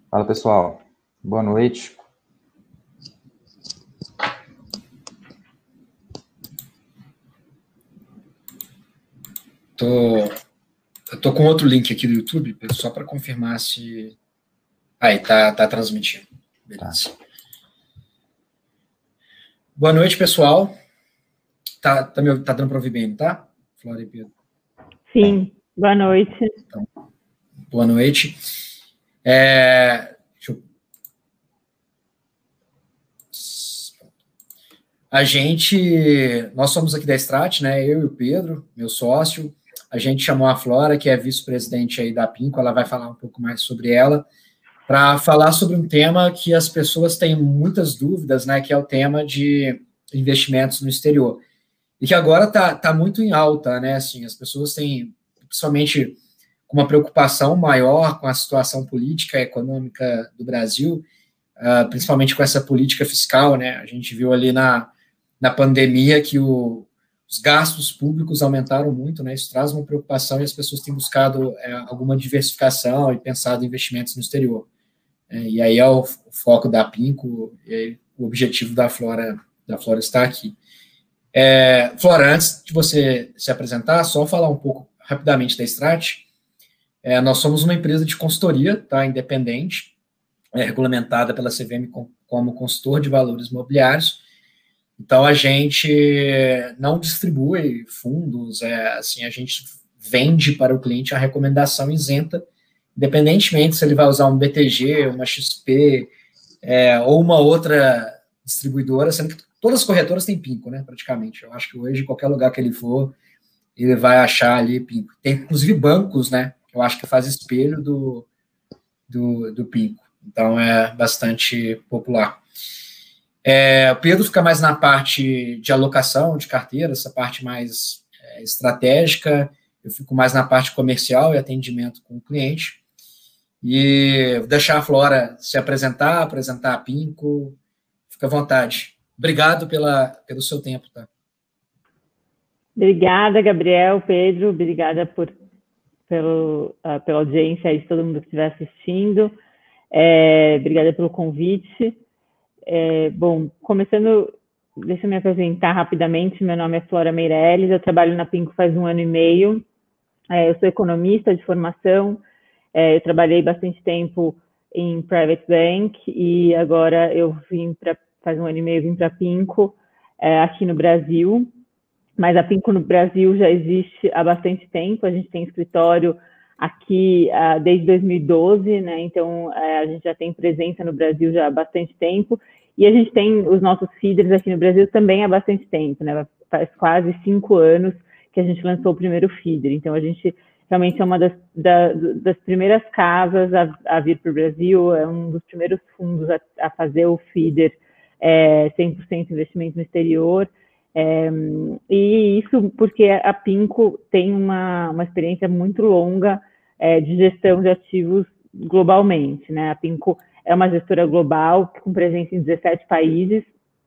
Fala pessoal, boa noite. Eu tô com outro link aqui do YouTube, só para confirmar se... Aí, tá transmitindo. Beleza. Tá. Boa noite, pessoal. Tá dando para ouvir bem, tá? Flora e Pedro. Sim, boa noite. Então, boa noite. Nós somos aqui da Strat, né? Eu e o Pedro, meu sócio. A gente chamou a Flora, que é vice-presidente aí da Pinco, ela vai falar um pouco mais sobre ela, para falar sobre um tema que as pessoas têm muitas dúvidas, né? Que é o tema de investimentos no exterior. E que agora tá muito em alta, né? Assim, as pessoas têm, principalmente, uma preocupação maior com a situação política e econômica do Brasil, principalmente com essa política fiscal, né? A gente viu ali na pandemia que os gastos públicos aumentaram muito, né? Isso traz uma preocupação e as pessoas têm buscado alguma diversificação e pensado em investimentos no exterior. E aí é o foco da Pinco, e o objetivo da Flora estar aqui. Flora, antes de você se apresentar, só falar um pouco rapidamente da Strat. Nós somos uma empresa de consultoria, tá? Independente, regulamentada pela CVM como consultor de valores imobiliários. Então, a gente não distribui fundos, assim, a gente vende para o cliente a recomendação isenta, independentemente se ele vai usar um BTG, uma XP, ou uma outra distribuidora, sendo que todas as corretoras têm Pinco, né, praticamente. Eu acho que hoje, em qualquer lugar que ele for, ele vai achar ali Pinco. Tem, inclusive, bancos, né, que eu acho que faz espelho do Pinco. Então, é bastante popular. O Pedro fica mais na parte de alocação de carteira, essa parte mais estratégica. Eu fico mais na parte comercial e atendimento com o cliente. E vou deixar a Flora se apresentar a Pinco. Fica à vontade. Obrigado pelo seu tempo, tá? Obrigada, Gabriel, Pedro. Obrigada pela audiência aí de todo mundo que estiver assistindo. Obrigada pelo convite. Bom, começando, deixa eu me apresentar rapidamente. Meu nome é Flora Meirelles, eu trabalho na Pinco faz 1 ano e meio. Eu sou economista de formação, eu trabalhei bastante tempo em Private Bank e agora faz 1 ano e meio, vim para a Pinco aqui no Brasil. Mas a Pinco no Brasil já existe há bastante tempo, a gente tem escritório aqui desde 2012, né? Então a gente já tem presença no Brasil já há bastante tempo, e a gente tem os nossos feeders aqui no Brasil também há bastante tempo, né? Faz quase 5 anos que a gente lançou o primeiro feeder, então a gente realmente é uma das primeiras casas a vir para o Brasil, é um dos primeiros fundos a fazer o feeder 100% investimento no exterior. E isso porque a Pinco tem uma experiência muito longa de gestão de ativos globalmente, né? A Pinco é uma gestora global com presença em 17 países.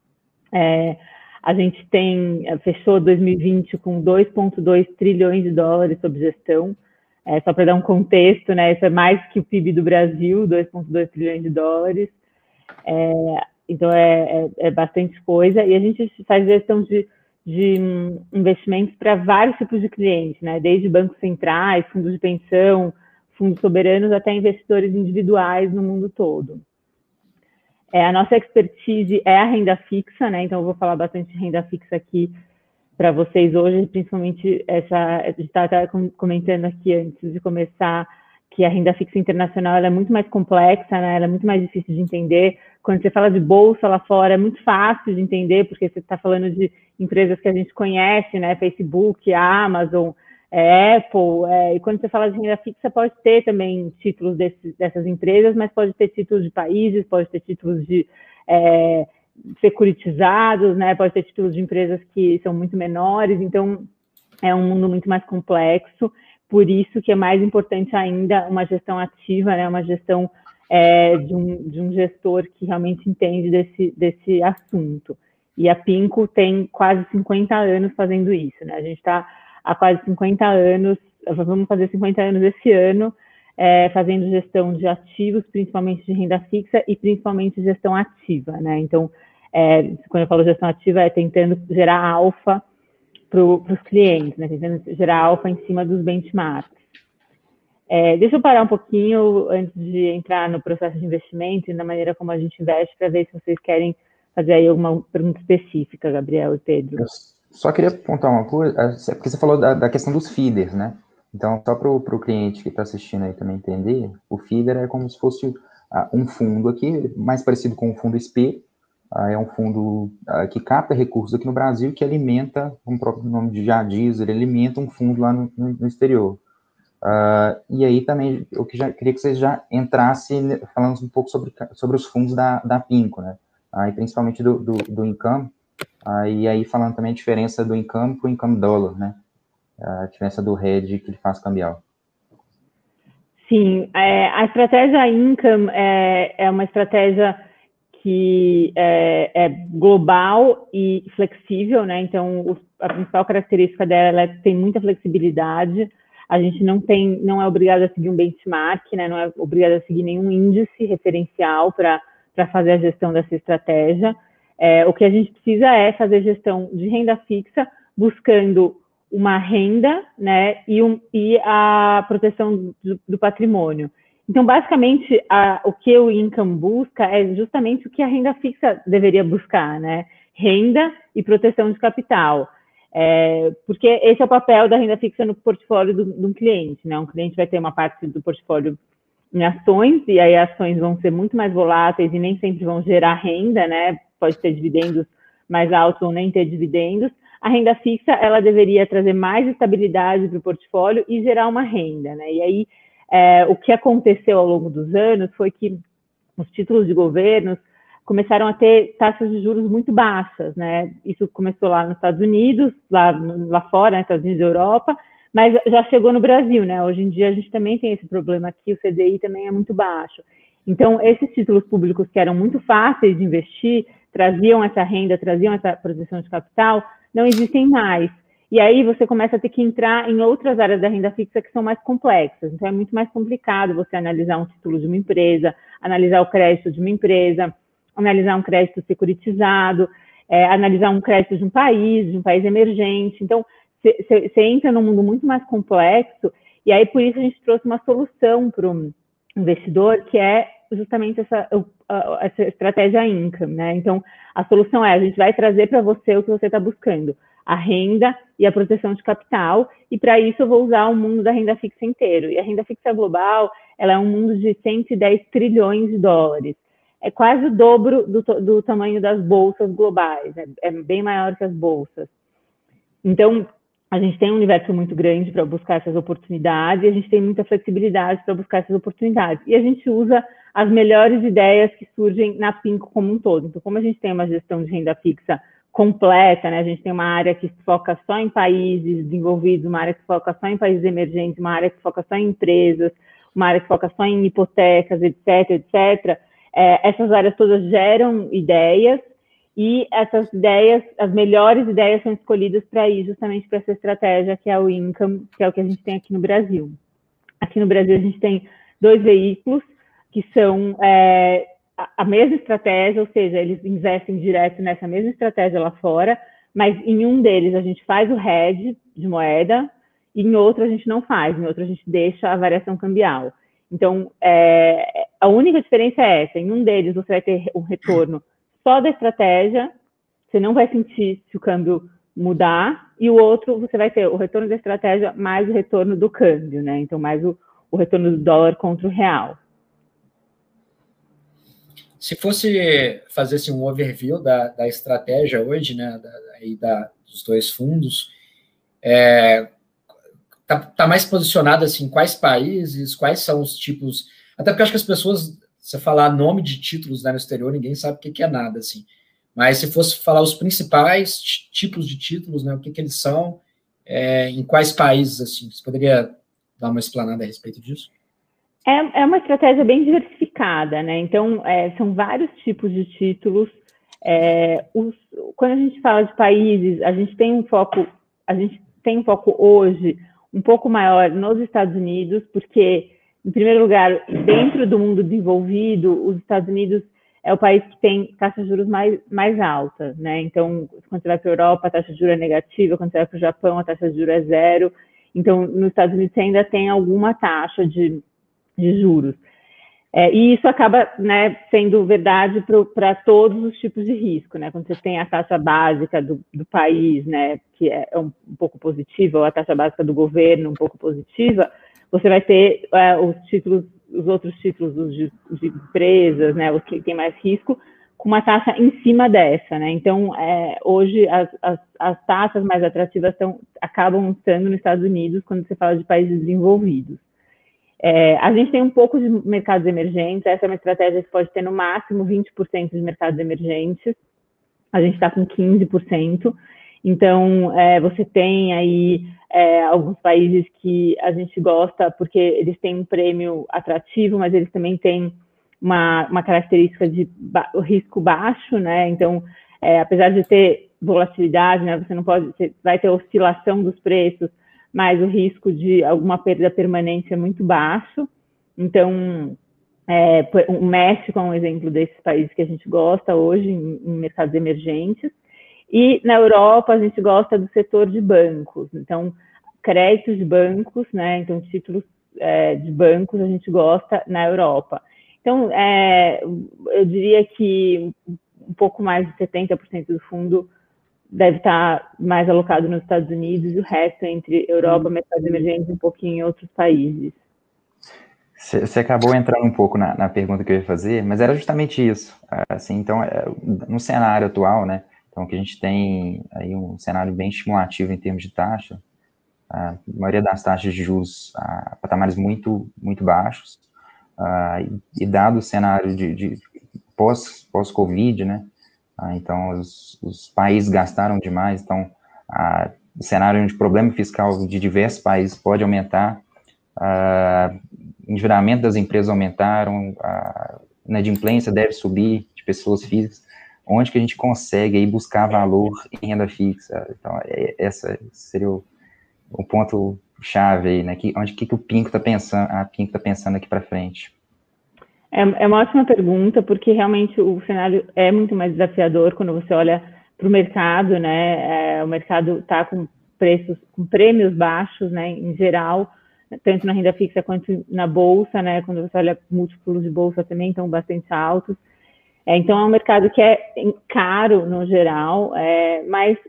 A gente fechou 2020 com 2,2 trilhões de dólares sob gestão. Só para dar um contexto, né? Isso é mais que o PIB do Brasil, 2,2 trilhões de dólares. Então, é bastante coisa. E a gente faz gestão de investimentos para vários tipos de clientes, né? Desde bancos centrais, fundos de pensão, fundos soberanos, até investidores individuais no mundo todo. A nossa expertise é a renda fixa, né? Então, eu vou falar bastante de renda fixa aqui para vocês hoje, principalmente a gente estava comentando aqui antes de começar que a renda fixa internacional ela é muito mais complexa, né? Ela é muito mais difícil de entender. Quando você fala de bolsa lá fora, é muito fácil de entender, porque você está falando de empresas que a gente conhece, né? Facebook, Amazon, Apple. E quando você fala de renda fixa, pode ter também títulos dessas empresas, mas pode ter títulos de países, pode ter títulos de securitizados, né? Pode ter títulos de empresas que são muito menores. Então, é um mundo muito mais complexo. Por isso que é mais importante ainda uma gestão ativa, né? Uma gestão de um gestor que realmente entende desse assunto. E a Pinco tem quase 50 anos fazendo isso, né? A gente está há quase 50 anos, vamos fazer 50 anos esse ano, fazendo gestão de ativos, principalmente de renda fixa e principalmente gestão ativa, né? Então, quando eu falo gestão ativa, é tentando gerar alfa para os clientes, né? Tentando gerar alfa em cima dos benchmarks. Deixa eu parar um pouquinho antes de entrar no processo de investimento e na maneira como a gente investe, para ver se vocês querem fazer aí alguma pergunta específica, Gabriel e Pedro. Eu só queria apontar uma coisa, porque você falou da questão dos feeders, né? Então, só para o cliente que está assistindo aí também entender, o feeder é como se fosse um fundo aqui, mais parecido com um fundo SP, é um fundo que capta recursos aqui no Brasil, que alimenta, como o próprio nome já diz, ele alimenta um fundo lá no exterior. E aí também, eu queria que vocês já entrassem falando um pouco sobre os fundos da PINCO, né? E principalmente do income, e aí falando também a diferença do income para o income dollar, né? A diferença do hedge que ele faz cambial. Sim, a estratégia income é uma estratégia que é global e flexível, né? Então, a principal característica dela é que tem muita flexibilidade. A gente não é obrigado a seguir um benchmark, né? Não é obrigado a seguir nenhum índice referencial para fazer a gestão dessa estratégia. O que a gente precisa é fazer gestão de renda fixa, buscando uma renda, né, e a proteção do patrimônio. Então, basicamente, o que o income busca é justamente o que a renda fixa deveria buscar, né? Renda e proteção de capital. Porque esse é o papel da renda fixa no portfólio de um cliente, né? Um cliente vai ter uma parte do portfólio em ações, e aí ações vão ser muito mais voláteis e nem sempre vão gerar renda, né? Pode ter dividendos mais altos ou nem ter dividendos. A renda fixa, ela deveria trazer mais estabilidade para o portfólio e gerar uma renda, né? E aí, o que aconteceu ao longo dos anos foi que os títulos de governos começaram a ter taxas de juros muito baixas, né? Isso começou lá nos Estados Unidos, lá fora, né? Estados Unidos e Europa, mas já chegou no Brasil, né? Hoje em dia a gente também tem esse problema aqui, o CDI também é muito baixo. Então, esses títulos públicos que eram muito fáceis de investir, traziam essa renda, traziam essa proteção de capital, não existem mais. E aí você começa a ter que entrar em outras áreas da renda fixa que são mais complexas. Então, é muito mais complicado você analisar um título de uma empresa, analisar o crédito de uma empresa, analisar um crédito securitizado, analisar um crédito de um país emergente. Então, você entra num mundo muito mais complexo, e aí por isso a gente trouxe uma solução para o investidor, que é justamente essa estratégia income, né? Então, a solução a gente vai trazer para você o que você está buscando, a renda e a proteção de capital, e para isso eu vou usar o mundo da renda fixa inteiro. E a renda fixa global, ela é um mundo de 110 trilhões de dólares. É quase o dobro do tamanho das bolsas globais, é bem maior que as bolsas. Então, a gente tem um universo muito grande para buscar essas oportunidades, e a gente tem muita flexibilidade para buscar essas oportunidades. E a gente usa as melhores ideias que surgem na PINCO como um todo. Então, como a gente tem uma gestão de renda fixa completa, né? A gente tem uma área que foca só em países desenvolvidos, uma área que foca só em países emergentes, uma área que foca só em empresas, uma área que foca só em hipotecas, etc. Essas áreas todas geram ideias, e essas ideias, as melhores ideias são escolhidas para ir justamente para essa estratégia que é o income, que é o que a gente tem aqui no Brasil. Aqui no Brasil a gente tem 2 veículos que são a mesma estratégia, ou seja, eles investem direto nessa mesma estratégia lá fora, mas em um deles a gente faz o hedge de moeda, e em outro a gente não faz, em outro a gente deixa a variação cambial. Então, a única diferença é essa: em um deles você vai ter um retorno só da estratégia, você não vai sentir se o câmbio mudar, e o outro você vai ter o retorno da estratégia mais o retorno do câmbio, né? Então, mais o retorno do dólar contra o real. Se fosse fazer assim, um overview da estratégia hoje, né, dos 2 fundos, tá mais posicionado assim, em quais países, quais são os tipos, até porque eu acho que as pessoas, se você falar nome de títulos lá no exterior, ninguém sabe o que é nada, assim, mas se fosse falar os principais tipos de títulos, né, o que eles são, em quais países, assim, você poderia dar uma explanada a respeito disso? É uma estratégia bem diversificada, né? Então, são vários tipos de títulos. Quando a gente fala de países, a gente tem um foco hoje um pouco maior nos Estados Unidos, porque Em primeiro lugar, dentro do mundo desenvolvido, os Estados Unidos é o país que tem taxas de juros mais altas, né? Então, quando você vai para a Europa, a taxa de juros é negativa, quando você vai para o Japão, a taxa de juros é zero. Então, nos Estados Unidos, você ainda tem alguma taxa de juros. E isso acaba, né, sendo verdade para todos os tipos de risco, né? Quando você tem a taxa básica do país, né, que é um pouco positiva, ou a taxa básica do governo um pouco positiva, você vai ter os outros títulos de empresas, né, os que têm mais risco, com uma taxa em cima dessa, né? Então, hoje as taxas mais atrativas acabam estando nos Estados Unidos quando você fala de países desenvolvidos. A gente tem um pouco de mercados emergentes, essa é uma estratégia que pode ter no máximo 20% de mercados emergentes, a gente está com 15%, então você tem aí alguns países que a gente gosta porque eles têm um prêmio atrativo, mas eles também têm uma característica de risco baixo, né? Então, apesar de ter volatilidade, né, você vai ter oscilação dos preços, mas o risco de alguma perda permanente é muito baixo. Então, o México é um exemplo desses países que a gente gosta hoje em mercados emergentes. E na Europa, a gente gosta do setor de bancos. Então, créditos de bancos, né? Então, títulos de bancos a gente gosta na Europa. Então, eu diria que um pouco mais de 70% do fundo deve estar mais alocado nos Estados Unidos e o resto entre Europa, mercados emergentes e um pouquinho em outros países. Você acabou entrando um pouco na pergunta que eu ia fazer, mas era justamente isso. Assim, então, no cenário atual, né, então que a gente tem aí um cenário bem estimulativo em termos de taxa, a maioria das taxas de juros a patamares muito, muito baixos, e dado o cenário de pós-Covid, né, então os países gastaram demais, então o cenário de problema fiscal de diversos países pode aumentar, endividamento das empresas aumentaram, a inadimplência deve subir de pessoas físicas, onde que a gente consegue aí buscar valor em renda fixa. Então, esse seria o ponto chave aí, né? Onde que o Pinco está pensando, a Pinco está pensando aqui para frente? É uma ótima pergunta, porque realmente o cenário é muito mais desafiador quando você olha para o mercado, né? O mercado está com prêmios baixos, né? Em geral, tanto na renda fixa quanto na bolsa, né? Quando você olha múltiplos de bolsa também estão bastante altos. Então é um mercado que é caro no geral, mas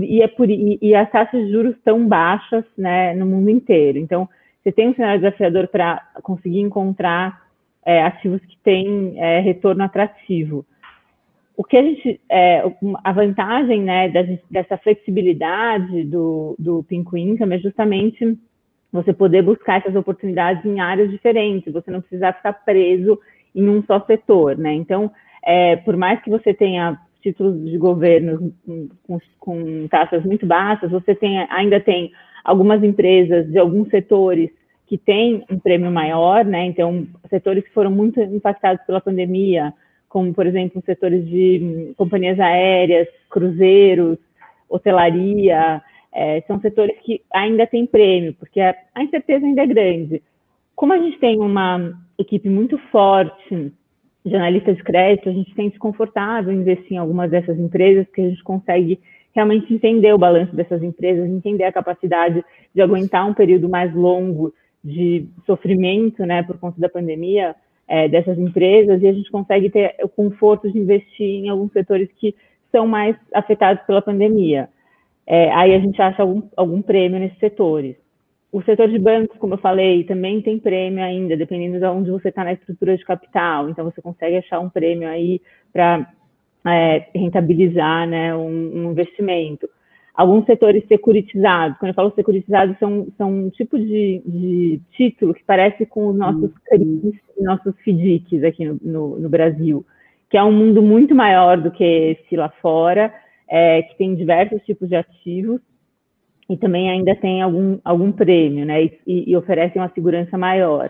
as taxas de juros estão baixas, né? No mundo inteiro. Então você tem um cenário desafiador para conseguir encontrar ativos que têm retorno atrativo. O que a vantagem, né, dessa flexibilidade do Pinco Income é justamente você poder buscar essas oportunidades em áreas diferentes, você não precisar ficar preso em um só setor, né? Então, por mais que você tenha títulos de governo com taxas muito baixas, você ainda tem algumas empresas de alguns setores que têm um prêmio maior, né? Então, setores que foram muito impactados pela pandemia, como, por exemplo, setores de companhias aéreas, cruzeiros, hotelaria, são setores que ainda têm prêmio, porque a incerteza ainda é grande. Como a gente tem uma equipe muito forte de analistas de crédito, a gente se sente confortável em investir em algumas dessas empresas, porque a gente consegue realmente entender o balanço dessas empresas, entender a capacidade de aguentar um período mais longo de sofrimento, né, por conta da pandemia dessas empresas, e a gente consegue ter o conforto de investir em alguns setores que são mais afetados pela pandemia. Aí a gente acha algum prêmio nesses setores. O setor de bancos, como eu falei, também tem prêmio ainda, dependendo de onde você está na estrutura de capital. Então, você consegue achar um prêmio aí para rentabilizar, né, um investimento. Alguns setores securitizados, quando eu falo securitizados, são um tipo de título que parece com os nossos CRIs e nossos FDICs aqui no Brasil, que é um mundo muito maior do que esse lá fora, que tem diversos tipos de ativos e também ainda tem algum prêmio, né, e oferecem uma segurança maior.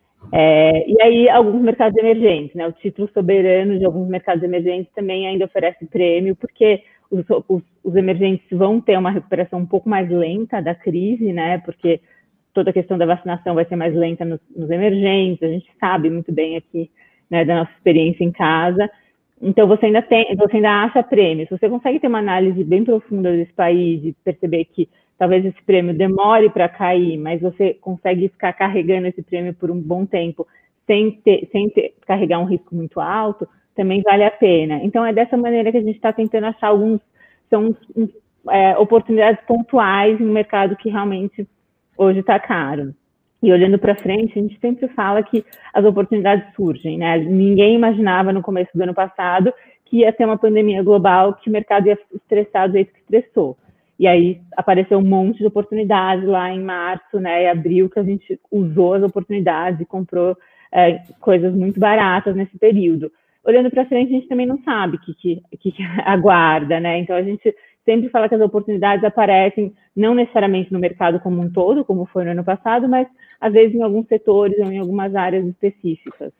E aí, alguns mercados emergentes, né, o título soberano de alguns mercados emergentes também ainda oferece prêmio, porque os emergentes vão ter uma recuperação um pouco mais lenta da crise, né, porque toda a questão da vacinação vai ser mais lenta nos emergentes, a gente sabe muito bem aqui, né, da nossa experiência em casa. Então, você ainda acha prêmios. Você consegue ter uma análise bem profunda desse país e perceber que talvez esse prêmio demore para cair, mas você consegue ficar carregando esse prêmio por um bom tempo sem carregar um risco muito alto, também vale a pena. Então, é dessa maneira que a gente está tentando achar oportunidades pontuais no mercado que realmente hoje está caro. E olhando para frente, a gente sempre fala que as oportunidades surgem, né? Ninguém imaginava no começo do ano passado que ia ter uma pandemia global, que o mercado ia estressar do jeito que estressou. E aí apareceu um monte de oportunidades lá em março, né, e abril, que a gente usou as oportunidades e comprou coisas muito baratas nesse período. Olhando para frente, a gente também não sabe o que aguarda, né? Então, a gente sempre fala que as oportunidades aparecem não necessariamente no mercado como um todo, como foi no ano passado, mas às vezes em alguns setores ou em algumas áreas específicas.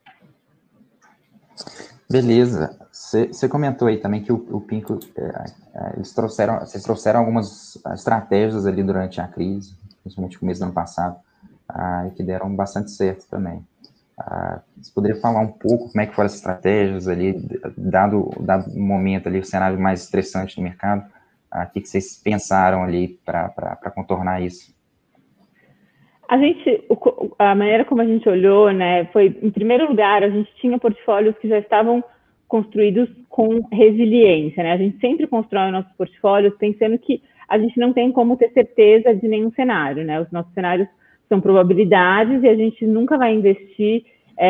Beleza. Você comentou aí também que o Pinco, vocês trouxeram algumas estratégias ali durante a crise, principalmente no começo do ano passado, que deram bastante certo também. Você poderia falar um pouco como é que foram as estratégias ali, dado o momento ali, o cenário mais estressante do mercado, o que vocês pensaram ali para contornar isso? A maneira como a gente olhou, né, foi, em primeiro lugar, a gente tinha portfólios que já estavam construídos com resiliência, né? A gente sempre constrói nossos portfólios pensando que a gente não tem como ter certeza de nenhum cenário, né? Os nossos cenários são probabilidades e a gente nunca vai investir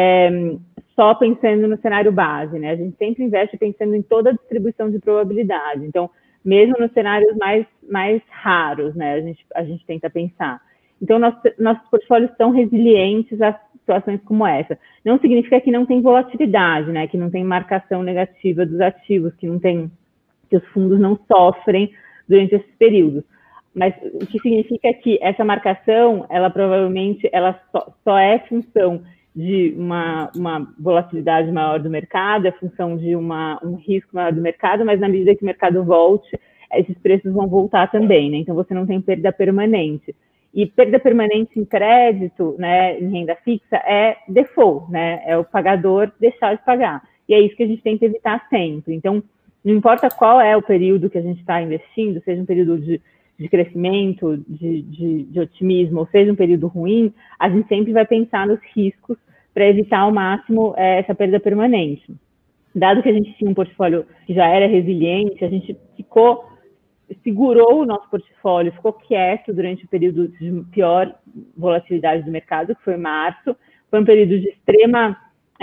só pensando no cenário base, né? A gente sempre investe pensando em toda a distribuição de probabilidade. Então, mesmo nos cenários mais raros, né? A gente tenta pensar. Então, nossos portfólios são resilientes a situações como essa. Não significa que não tem volatilidade, né? Que não tem marcação negativa dos ativos, que os fundos não sofrem durante esses períodos. Mas o que significa que essa marcação, ela provavelmente só é função de uma volatilidade maior do mercado, é função de um risco maior do mercado, mas na medida que o mercado volte, esses preços vão voltar também, né? Então, você não tem perda permanente. E perda permanente em crédito, né, em renda fixa, é default, né? É o pagador deixar de pagar. E é isso que a gente tenta evitar sempre. Então, não importa qual é o período que a gente está investindo, seja um período de crescimento, de otimismo, ou seja um período ruim, a gente sempre vai pensar nos riscos para evitar ao máximo essa perda permanente. Dado que a gente tinha um portfólio que já era resiliente, a gente segurou o nosso portfólio, ficou quieto durante o período de pior volatilidade do mercado, que foi março. Foi um período de extrema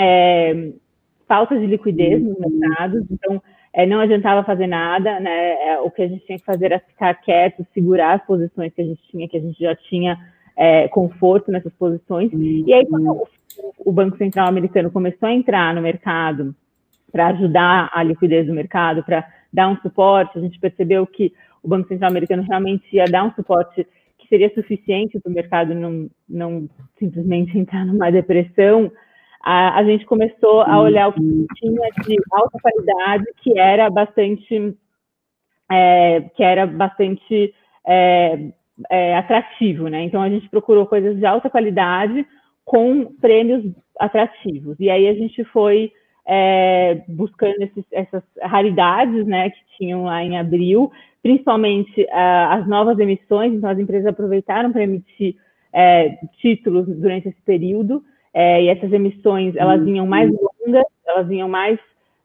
falta de liquidez nos mercados, então não adiantava fazer nada, né? O que a gente tinha que fazer era ficar quieto, segurar as posições que a gente já tinha conforto nessas posições. E aí, quando o Banco Central americano começou a entrar no mercado para ajudar a liquidez do mercado, para dar um suporte, a gente percebeu que o Banco Central americano realmente ia dar um suporte que seria suficiente para o mercado não simplesmente entrar numa depressão. A gente começou a olhar o que tinha de alta qualidade, que era bastante atrativo, né? Então, a gente procurou coisas de alta qualidade com prêmios atrativos. E aí a gente foi buscando essas raridades, né, que tinham lá em abril, principalmente as novas emissões. Então, as empresas aproveitaram para emitir títulos durante esse período, e essas emissões, elas vinham mais longas, elas vinham mais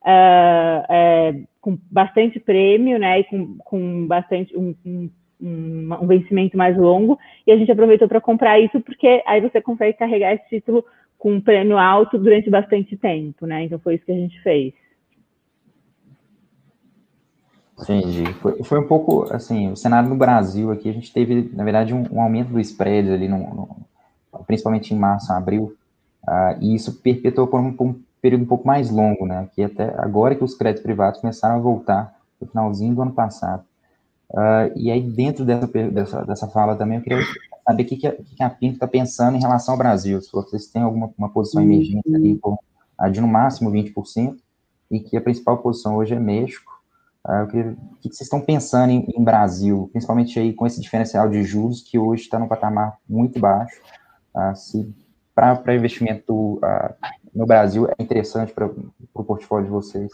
com bastante prêmio, né, e com bastante um vencimento mais longo, e a gente aproveitou para comprar isso, porque aí você consegue carregar esse título com um prêmio alto durante bastante tempo, né? Então, foi isso que a gente fez. Entendi. Foi um pouco, assim, o cenário no Brasil aqui, a gente teve, na verdade, um aumento do spread ali, principalmente em março, abril, e isso perpetuou por um período um pouco mais longo, né? Que até agora que os créditos privados começaram a voltar, no finalzinho do ano passado. E aí, dentro dessa fala também, eu queria saber o que a Pinco está pensando em relação ao Brasil. Se vocês têm alguma posição emergente ali, de no máximo 20%, e que a principal posição hoje é México, O que vocês estão pensando em Brasil, principalmente aí com esse diferencial de juros que hoje está num patamar muito baixo, se para investimento no Brasil é interessante para o portfólio de vocês?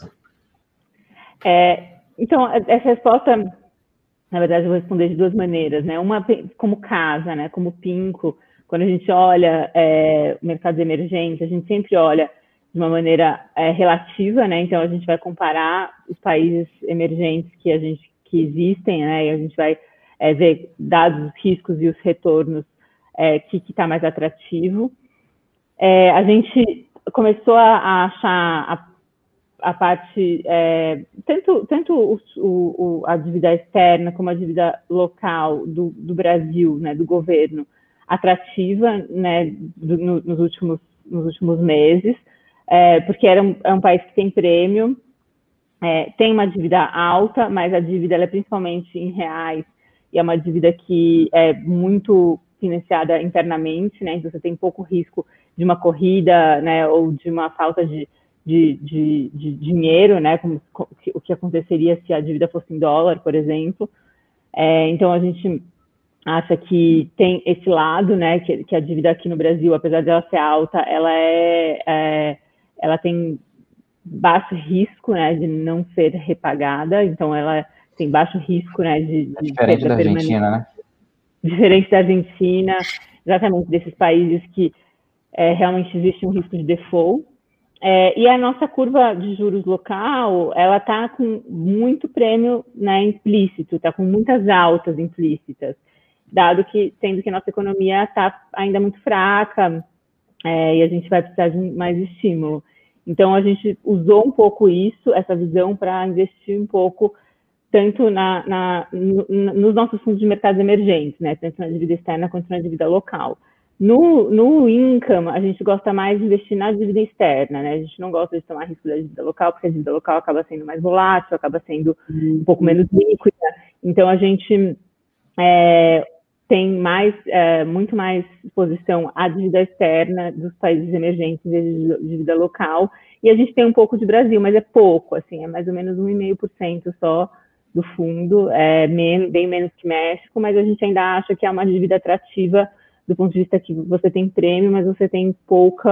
Então, essa resposta, na verdade, eu vou responder de duas maneiras, né? Uma como casa, né? Como Pinco, quando a gente olha mercados emergentes, a gente sempre olha de uma maneira relativa, né? Então, a gente vai comparar os países emergentes que existem, né? E a gente vai ver, dados os riscos e os retornos, que está mais atrativo. A gente começou a achar a parte, tanto a dívida externa como a dívida local do Brasil, né, do governo, atrativa, né, nos últimos meses, porque é um país que tem prêmio, tem uma dívida alta, mas a dívida ela é principalmente em reais, e é uma dívida que é muito financiada internamente, né, então você tem pouco risco de uma corrida, né, ou de uma falta de dinheiro, né, como o que aconteceria se a dívida fosse em dólar, por exemplo. Então, a gente acha que tem esse lado, né, que a dívida aqui no Brasil, apesar de ela ser alta, ela tem baixo risco, né, de não ser repagada, então ela tem baixo risco, né, de diferente da Argentina, né? Diferente da Argentina, exatamente desses países que realmente existe um risco de default. E a nossa curva de juros local, ela está com muito prêmio, né, implícito, está com muitas altas implícitas, sendo que a nossa economia está ainda muito fraca, e a gente vai precisar de mais estímulo. Então, a gente usou um pouco essa visão, para investir um pouco tanto nos nossos fundos de mercados emergentes, né, tanto na dívida externa quanto na dívida local. No income, a gente gosta mais de investir na dívida externa, né? A gente não gosta de tomar risco da dívida local, porque a dívida local acaba sendo mais volátil, acaba sendo um pouco menos líquida. Então, a gente tem muito mais exposição à dívida externa dos países emergentes em vez de dívida local. E a gente tem um pouco de Brasil, mas é pouco, assim, é mais ou menos 1,5% só do fundo, bem menos que México, mas a gente ainda acha que é uma dívida atrativa do ponto de vista que você tem prêmio, mas você tem pouco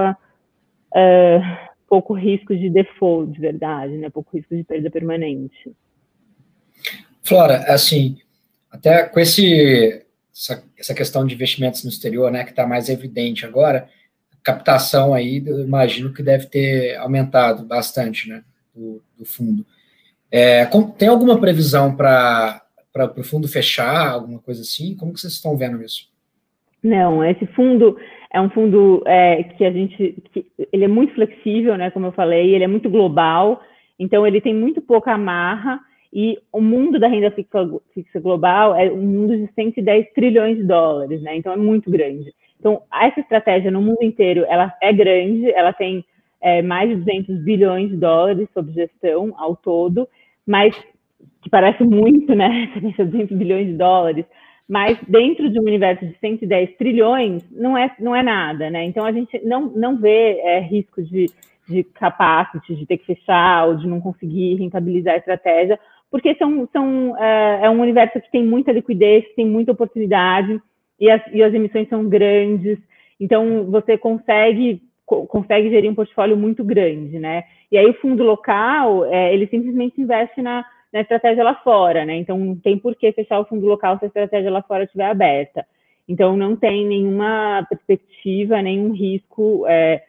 risco de default, de verdade, né? Pouco risco de perda permanente. Flora, assim, até com essa questão de investimentos no exterior, né, que está mais evidente agora, a captação aí, eu imagino que deve ter aumentado bastante, né, do fundo. Tem alguma previsão para o fundo fechar, alguma coisa assim? Como que vocês estão vendo isso? Não, esse fundo é um fundo que ele é muito flexível, né? Como eu falei, ele é muito global, então ele tem muito pouca amarra, e o mundo da renda fixa global é um mundo de 110 trilhões de dólares, né? Então é muito grande. Então, essa estratégia no mundo inteiro, ela é grande, ela tem mais de 200 bilhões de dólares sob gestão ao todo, mas que parece muito, né? 200 bilhões de dólares, mas dentro de um universo de 110 trilhões, não é nada, né? Então, a gente não vê risco de capacity, de ter que fechar ou de não conseguir rentabilizar a estratégia, porque é um universo que tem muita liquidez, que tem muita oportunidade, e as emissões são grandes, então você consegue gerir um portfólio muito grande, né? E aí o fundo local, ele simplesmente investe na estratégia lá fora, né? Então, não tem por que fechar o fundo local se a estratégia lá fora estiver aberta. Então, não tem nenhuma perspectiva, nenhum risco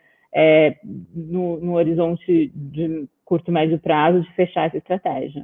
no horizonte de curto e médio prazo de fechar essa estratégia.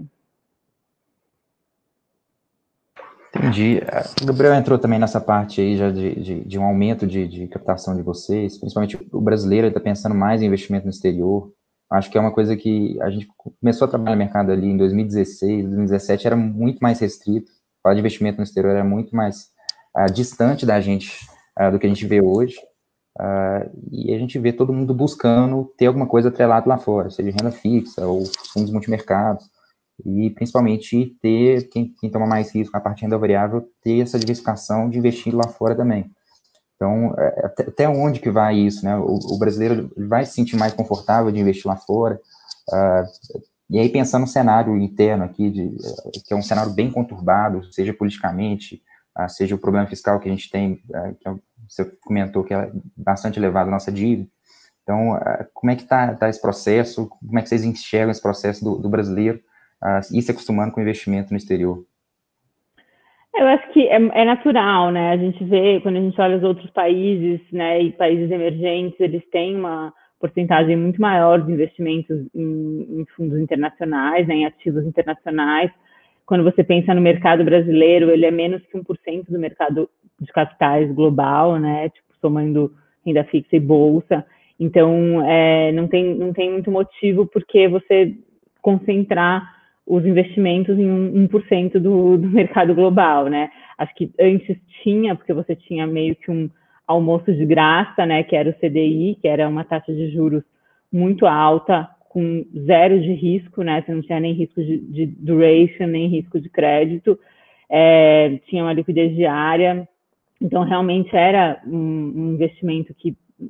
Entendi. O Gabriel entrou também nessa parte aí já de um aumento de captação de vocês, principalmente o brasileiro está pensando mais em investimento no exterior. Acho que é uma coisa que a gente começou a trabalhar no mercado ali em 2016, 2017, era muito mais restrito. Falar de investimento no exterior era muito mais distante da gente do que a gente vê hoje. E a gente vê todo mundo buscando ter alguma coisa atrelada lá fora, seja renda fixa ou fundos multimercados. E principalmente ter, quem toma mais risco na parte de renda variável, ter essa diversificação de investir lá fora também. Então, até onde que vai isso, né? O brasileiro vai se sentir mais confortável de investir lá fora, E aí, pensando no cenário interno aqui, que é um cenário bem conturbado, seja politicamente, seja o problema fiscal que a gente tem, você comentou que é bastante elevado a nossa dívida. Então, como é que está esse processo? Como é que vocês enxergam esse processo do brasileiro ir se acostumando com o investimento no exterior? Eu acho que é natural, né? A gente vê, quando a gente olha os outros países, né, e países emergentes, eles têm uma porcentagem muito maior de investimentos em fundos internacionais, né, em ativos internacionais. Quando você pensa no mercado brasileiro, ele é menos que 1% do mercado de capitais global, né? Tipo, somando renda fixa e bolsa. Então, não tem muito motivo porque você concentrar os investimentos em 1% do mercado global, né? Acho que antes tinha, porque você tinha meio que um almoço de graça, né? Que era o CDI, que era uma taxa de juros muito alta, com zero de risco, né? Você não tinha nem risco de duration, nem risco de crédito, tinha uma liquidez diária. Então, realmente era um investimento que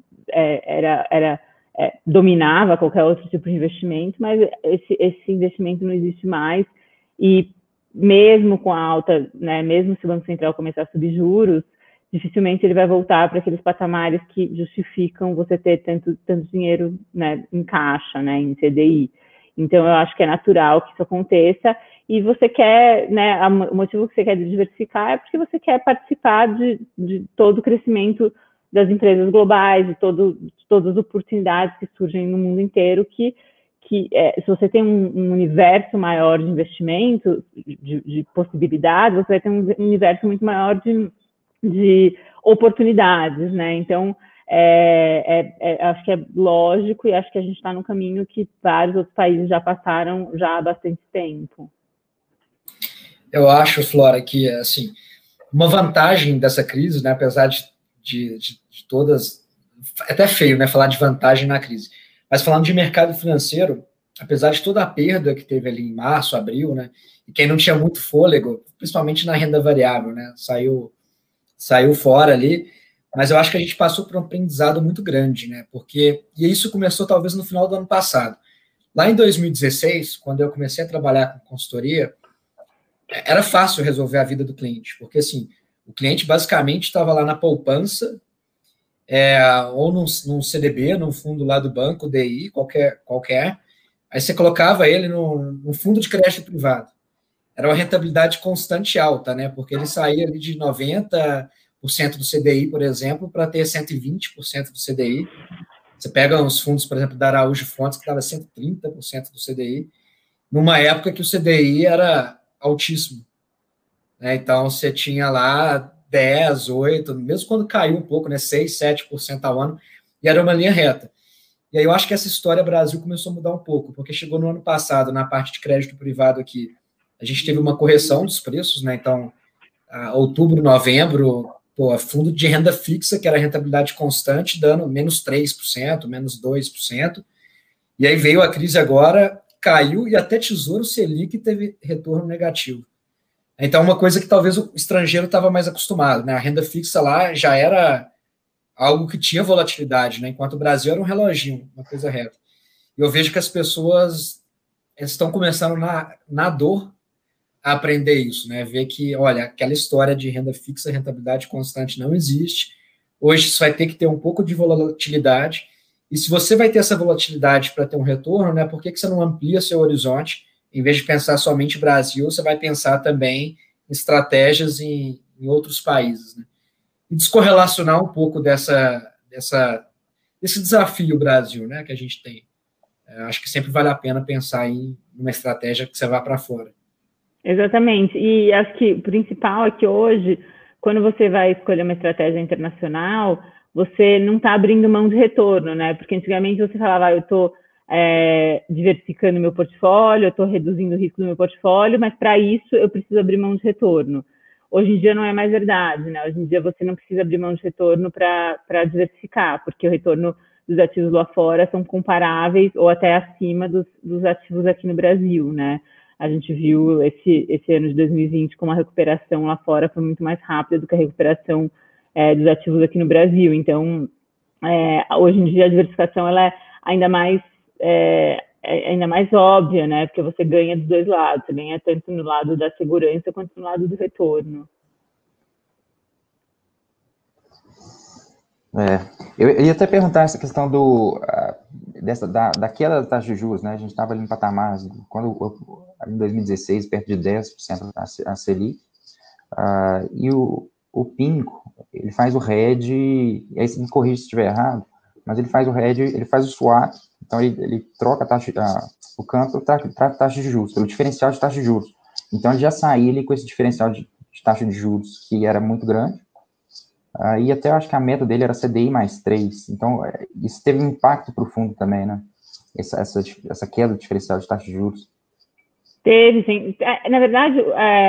dominava qualquer outro tipo de investimento, mas esse investimento não existe mais, e mesmo com a alta, né, mesmo se o Banco Central começar a subir juros, dificilmente ele vai voltar para aqueles patamares que justificam você ter tanto dinheiro, né, em caixa, né, em CDI. Então, eu acho que é natural que isso aconteça, e você quer, né, o motivo que você quer diversificar é porque você quer participar de todo o crescimento das empresas globais, de todas as oportunidades que surgem no mundo inteiro, que se você tem um universo maior de investimento, de possibilidades, você vai ter um universo muito maior de oportunidades, né? Então, acho que é lógico, e acho que a gente está no caminho que vários outros países já passaram já há bastante tempo. Eu acho, Flora, que, assim, uma vantagem dessa crise, né, apesar de todas, é até feio, né, falar de vantagem na crise, mas falando de mercado financeiro, apesar de toda a perda que teve ali em março, abril, né, e quem não tinha muito fôlego, principalmente na renda variável, né, saiu fora ali, mas eu acho que a gente passou por um aprendizado muito grande, né, e isso começou talvez no final do ano passado. Lá em 2016, quando eu comecei a trabalhar com consultoria, era fácil resolver a vida do cliente, porque, assim, o cliente basicamente estava lá na poupança, ou num CDB, num fundo lá do banco, DI, qualquer. Aí você colocava ele no fundo de crédito privado. Era uma rentabilidade constante alta, né? Porque ele saía ali de 90% do CDI, por exemplo, para ter 120% do CDI. Você pega uns fundos, por exemplo, da Araújo Fontes, que dava 130% do CDI, numa época que o CDI era altíssimo. Então, você tinha lá 10, 8, mesmo quando caiu um pouco, né, 6, 7% ao ano, e era uma linha reta. E aí eu acho que essa história Brasil começou a mudar um pouco, porque chegou no ano passado, na parte de crédito privado aqui, a gente teve uma correção dos preços, né? Então, outubro, novembro, fundo de renda fixa, que era rentabilidade constante, dando menos 3%, menos 2%, e aí veio a crise agora, caiu, e até Tesouro Selic teve retorno negativo. Então, uma coisa que talvez o estrangeiro estava mais acostumado, né? A renda fixa lá já era algo que tinha volatilidade, né? Enquanto o Brasil era um reloginho, uma coisa reta. E eu vejo que as pessoas estão começando na dor a aprender isso, né? Ver que, olha, aquela história de renda fixa, rentabilidade constante não existe. Hoje isso vai ter que ter um pouco de volatilidade. E se você vai ter essa volatilidade para ter um retorno, né? Por que você não amplia seu horizonte? Em vez de pensar somente Brasil, você vai pensar também em estratégias em outros países, né? E descorrelacionar um pouco desse desafio Brasil, né, que a gente tem. Acho que sempre vale a pena pensar em uma estratégia que você vá para fora. Exatamente. E acho que o principal é que hoje, quando você vai escolher uma estratégia internacional, você não está abrindo mão de retorno, né? Porque antigamente você falava, eu estou diversificando meu portfólio, eu estou reduzindo o risco do meu portfólio, mas para isso eu preciso abrir mão de retorno. Hoje em dia não é mais verdade, né? Hoje em dia você não precisa abrir mão de retorno para diversificar, porque o retorno dos ativos lá fora são comparáveis ou até acima dos ativos aqui no Brasil, né? A gente viu esse ano de 2020 como a recuperação lá fora foi muito mais rápida do que a recuperação dos ativos aqui no Brasil. Então, hoje em dia a diversificação ela é ainda mais ainda mais óbvia, né? Porque você ganha dos dois lados, você ganha tanto no lado da segurança quanto no lado do retorno. Eu ia até perguntar essa questão da queda da taxa de juros, né? A gente estava ali em patamares, em 2016, perto de 10% a Selic, e o PINCO, ele faz o hedge, e aí você me corrige se estiver errado, mas ele faz o hedge, ele faz o swap, então ele troca o câmbio para taxa de juros, pelo diferencial de taxa de juros. Então ele já saiu ali com esse diferencial de taxa de juros que era muito grande, e até eu acho que a meta dele era CDI mais 3, então isso teve um impacto para o fundo também, né? Essa queda do diferencial de taxa de juros. Teve, sim. Na verdade,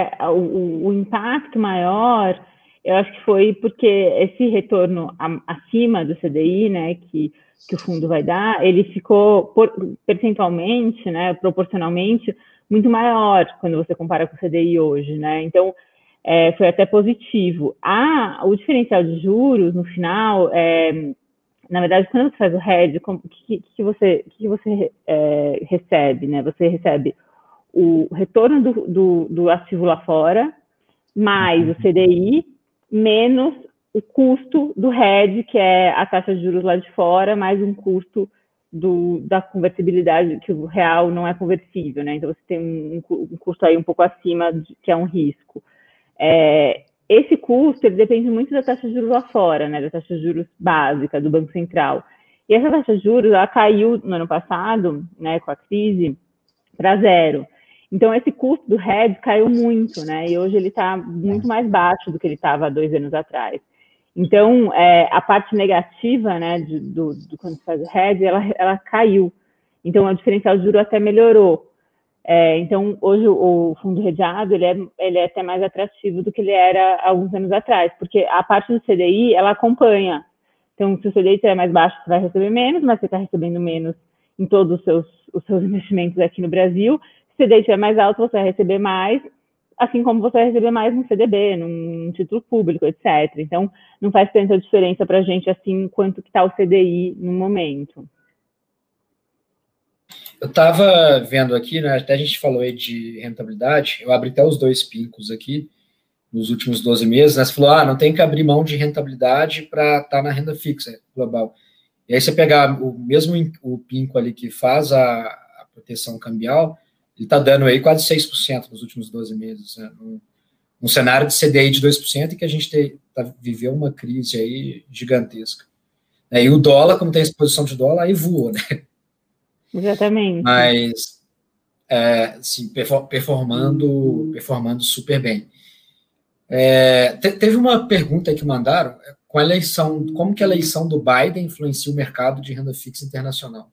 o impacto maior, eu acho que foi porque esse retorno acima do CDI, né, que o fundo vai dar, ele ficou percentualmente, né, proporcionalmente, muito maior quando você compara com o CDI hoje, né? Então, foi até positivo. O diferencial de juros, no final, na verdade, quando você faz o hedge, o que você recebe, né? Você recebe o retorno do ativo lá fora, mais o CDI, menos o custo do hedge, que é a taxa de juros lá de fora, mais um custo da convertibilidade, que o real não é conversível, né? Então, você tem um custo aí um pouco acima, que é um risco. Esse custo, ele depende muito da taxa de juros lá fora, né? Da taxa de juros básica do Banco Central. E essa taxa de juros, ela caiu no ano passado, né, com a crise, para 0. Então, esse custo do hedge caiu muito, né? E hoje ele está muito mais baixo do que ele estava há 2 anos atrás. Então, a parte negativa, né, do quando se faz o hedge, ela caiu. Então, o diferencial de juros até melhorou. Então, hoje o fundo redeado, ele é até mais atrativo do que ele era há alguns anos atrás, porque a parte do CDI, ela acompanha. Então, se o CDI estiver mais baixo, você vai receber menos, mas você está recebendo menos em todos os seus investimentos aqui no Brasil. Se o CDI estiver mais alto, você vai receber mais, assim como você vai receber mais num CDB, num título público, etc. Então, não faz tanta diferença para a gente assim quanto que está o CDI no momento. Eu estava vendo aqui, né, até a gente falou aí de rentabilidade, eu abri até os 2 PINCOs aqui, nos últimos 12 meses, né, você falou, não tem que abrir mão de rentabilidade para estar na renda fixa global. E aí você pegar o PINCO ali que faz a proteção cambial, ele está dando aí quase 6% nos últimos 12 meses, né, num cenário de CDI de 2% e que a gente viveu uma crise aí gigantesca. E o dólar, como tem exposição de dólar, aí voa, né? Exatamente. Mas, assim, performando super bem. Teve uma pergunta aí que mandaram, com a eleição, como que a eleição do Biden influencia o mercado de renda fixa internacional?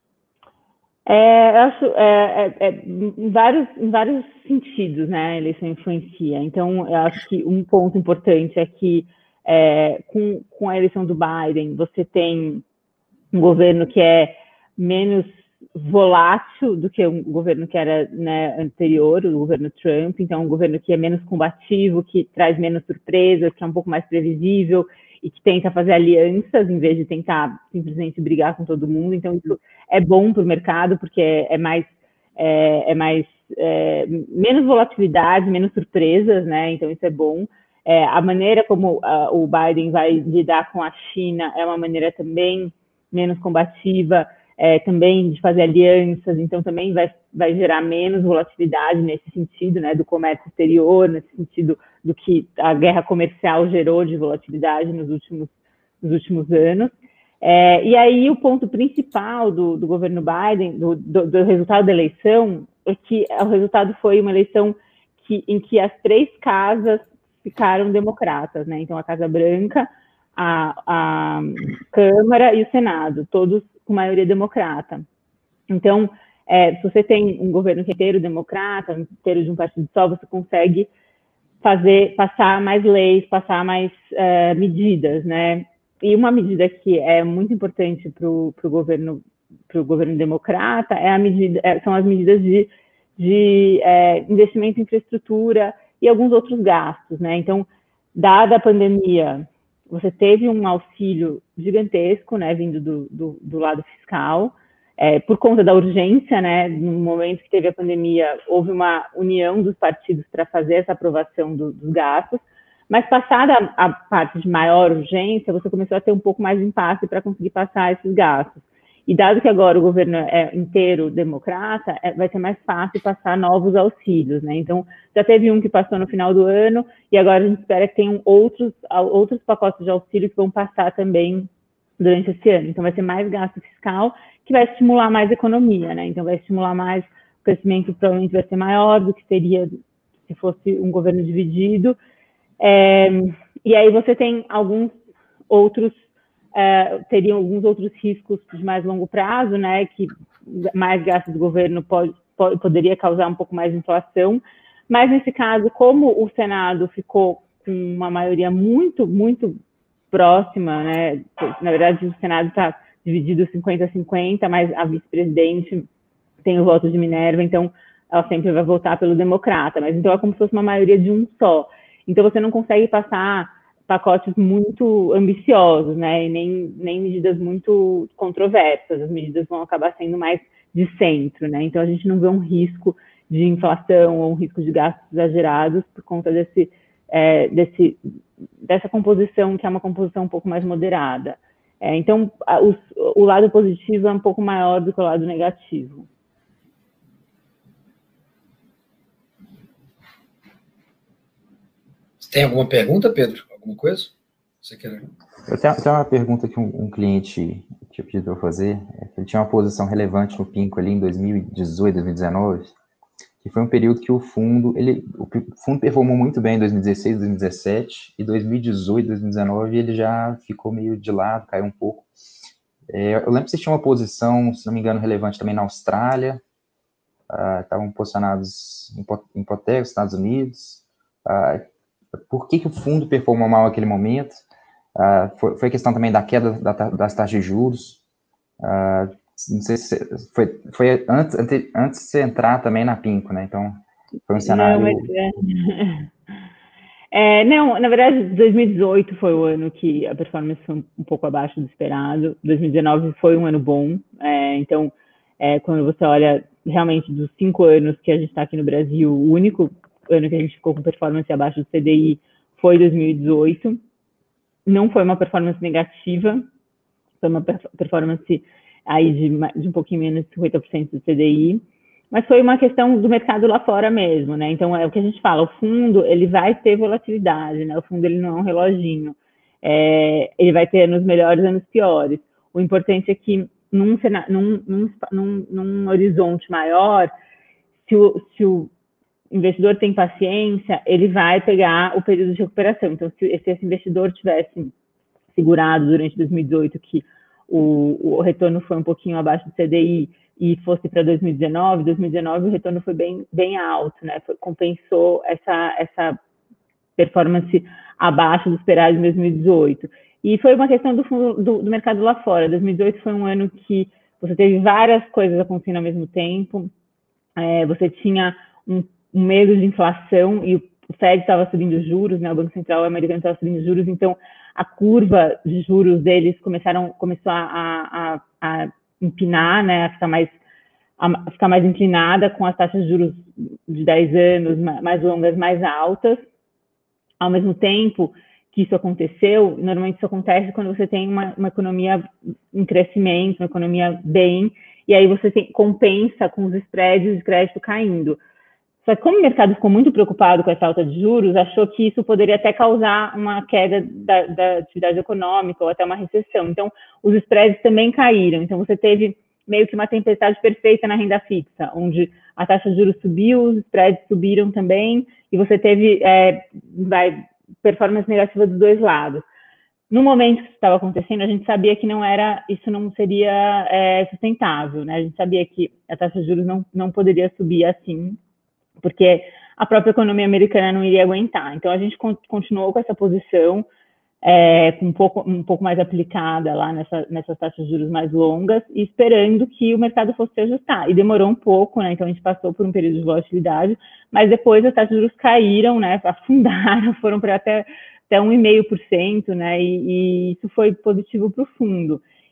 Eu acho em vários sentidos, né, a eleição influencia. Então, eu acho que um ponto importante é que com a eleição do Biden, você tem um governo que é menos volátil do que o governo que era, né, anterior, o governo Trump. Então, um governo que é menos combativo, que traz menos surpresas, que é um pouco mais previsível e que tenta fazer alianças em vez de tentar simplesmente brigar com todo mundo. Então, isso é bom para o mercado, porque menos volatilidade, menos surpresas, né? Então, isso é bom. A maneira como o Biden vai lidar com a China é uma maneira também menos combativa, também de fazer alianças, então também vai gerar menos volatilidade nesse sentido, né, do comércio exterior, nesse sentido do que a guerra comercial gerou de volatilidade nos últimos anos. E aí o ponto principal do governo Biden, do resultado da eleição, é que o resultado foi uma eleição em que as 3 casas ficaram democratas, né? Então a Casa Branca, a Câmara e o Senado, todos com maioria democrata. Então, se você tem um governo que é inteiro democrata, inteiro de um partido só, você consegue passar mais leis, passar mais medidas, né? E uma medida que é muito importante para o governo democrata são as medidas de investimento em infraestrutura e alguns outros gastos, né? Então, dada a pandemia, você teve um auxílio gigantesco, né, vindo do lado fiscal, por conta da urgência, né, no momento que teve a pandemia, houve uma união dos partidos para fazer essa aprovação dos gastos, mas passada a parte de maior urgência, você começou a ter um pouco mais de impasse para conseguir passar esses gastos. E dado que agora o governo é inteiro democrata, vai ser mais fácil passar novos auxílios, né? Então, já teve um que passou no final do ano, e agora a gente espera que tenham outros pacotes de auxílio que vão passar também durante esse ano. Então, vai ser mais gasto fiscal, que vai estimular mais a economia, né? Então, vai estimular mais, o crescimento provavelmente vai ser maior do que seria se fosse um governo dividido. E aí você tem teriam alguns outros riscos de mais longo prazo, né, que mais gastos do governo poderia causar um pouco mais de inflação, mas nesse caso, como o Senado ficou com uma maioria muito, muito próxima, né, na verdade o Senado está dividido 50-50, mas a vice-presidente tem o voto de Minerva, então ela sempre vai votar pelo democrata, mas então é como se fosse uma maioria de um só. Então você não consegue passar pacotes muito ambiciosos, né, e nem medidas muito controversas, as medidas vão acabar sendo mais de centro, né, então a gente não vê um risco de inflação ou um risco de gastos exagerados por conta dessa composição, que é uma composição um pouco mais moderada. Então, o lado positivo é um pouco maior do que o lado negativo. Tem alguma pergunta, Pedro? Alguma coisa? Você quer... Eu tenho uma pergunta que um cliente que eu pedi para eu fazer. Ele tinha uma posição relevante no Pinco ali em 2018, 2019, que foi um período que o fundo performou muito bem em 2016, 2017, e 2018, 2019 ele já ficou meio de lado, caiu um pouco. Eu lembro que vocês tinham uma posição, se não me engano, relevante também na Austrália, estavam posicionados em hipotecas, Estados Unidos. Por que o fundo performou mal naquele momento? Foi questão também da queda das taxas de juros. Não sei se foi antes de você entrar também na Pinco, né? Então, foi um cenário... Não, na verdade, 2018 foi o ano que a performance foi um pouco abaixo do esperado. 2019 foi um ano bom. Então, quando você olha realmente dos 5 anos que a gente está aqui no Brasil, o único ano que a gente ficou com performance abaixo do CDI foi 2018. Não foi uma performance negativa, foi uma performance aí de um pouquinho menos de 50% do CDI, mas foi uma questão do mercado lá fora mesmo, né? Então, é o que a gente fala, o fundo, ele vai ter volatilidade, né? O fundo, ele não é um reloginho. Ele vai ter anos melhores, anos piores. O importante é que num horizonte maior, se o investidor tem paciência, ele vai pegar o período de recuperação. Então, se esse investidor tivesse segurado durante 2018, que o retorno foi um pouquinho abaixo do CDI, e fosse para 2019 o retorno foi bem alto, né? Compensou essa performance abaixo do esperado em 2018. E foi uma questão do mercado lá fora. 2018 foi um ano que você teve várias coisas acontecendo ao mesmo tempo. Você tinha um medo de inflação e o Fed estava subindo juros, né? O Banco Central americano estava subindo juros, então a curva de juros deles começou a empinar, né? A ficar mais inclinada, com as taxas de juros de 10 anos mais longas, mais altas. Ao mesmo tempo que isso aconteceu, normalmente isso acontece quando você tem uma economia em crescimento, uma economia bem, e aí você compensa com os spreads de crédito caindo. Só que como o mercado ficou muito preocupado com essa alta de juros, achou que isso poderia até causar uma queda da atividade econômica ou até uma recessão. Então, os spreads também caíram. Então, você teve meio que uma tempestade perfeita na renda fixa, onde a taxa de juros subiu, os spreads subiram também, e você teve performance negativa dos dois lados. No momento que isso estava acontecendo, a gente sabia que isso não seria sustentável, né? A gente sabia que a taxa de juros não poderia subir assim, porque a própria economia americana não iria aguentar. Então, a gente continuou com essa posição, um pouco mais aplicada lá nessas taxas de juros mais longas, e esperando que o mercado fosse se ajustar. E demorou um pouco, né? Então, a gente passou por um período de volatilidade, mas depois as taxas de juros caíram, né? Afundaram, foram para até 1,5%, né? E isso foi positivo para o fundo.